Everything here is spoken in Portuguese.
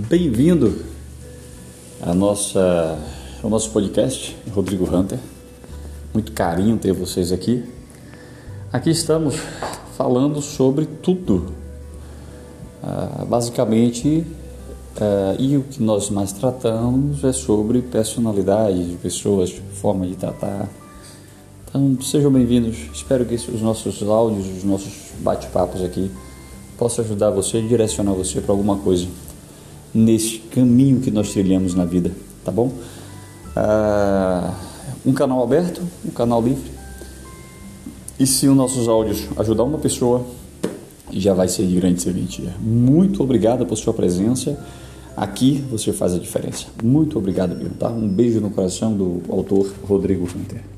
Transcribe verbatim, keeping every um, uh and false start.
Bem-vindo à nossa, ao nosso podcast, Rodrigo Hunter. Muito carinho ter vocês aqui. Aqui estamos falando sobre tudo. Ah, basicamente, ah, e o que nós mais tratamos é sobre personalidade de pessoas, forma de tratar. Então, sejam bem-vindos. Espero que os nossos áudios, os nossos bate-papos aqui possam ajudar você, direcionar você para alguma coisa nesse caminho que nós trilhamos na vida, tá bom? Ah, um canal aberto, um canal livre. E se os nossos áudios ajudar uma pessoa, já vai ser de grande serventia. Muito obrigado por sua presença. Aqui você faz a diferença. Muito obrigado mesmo, tá? Um beijo no coração do autor Rodrigo Hunter.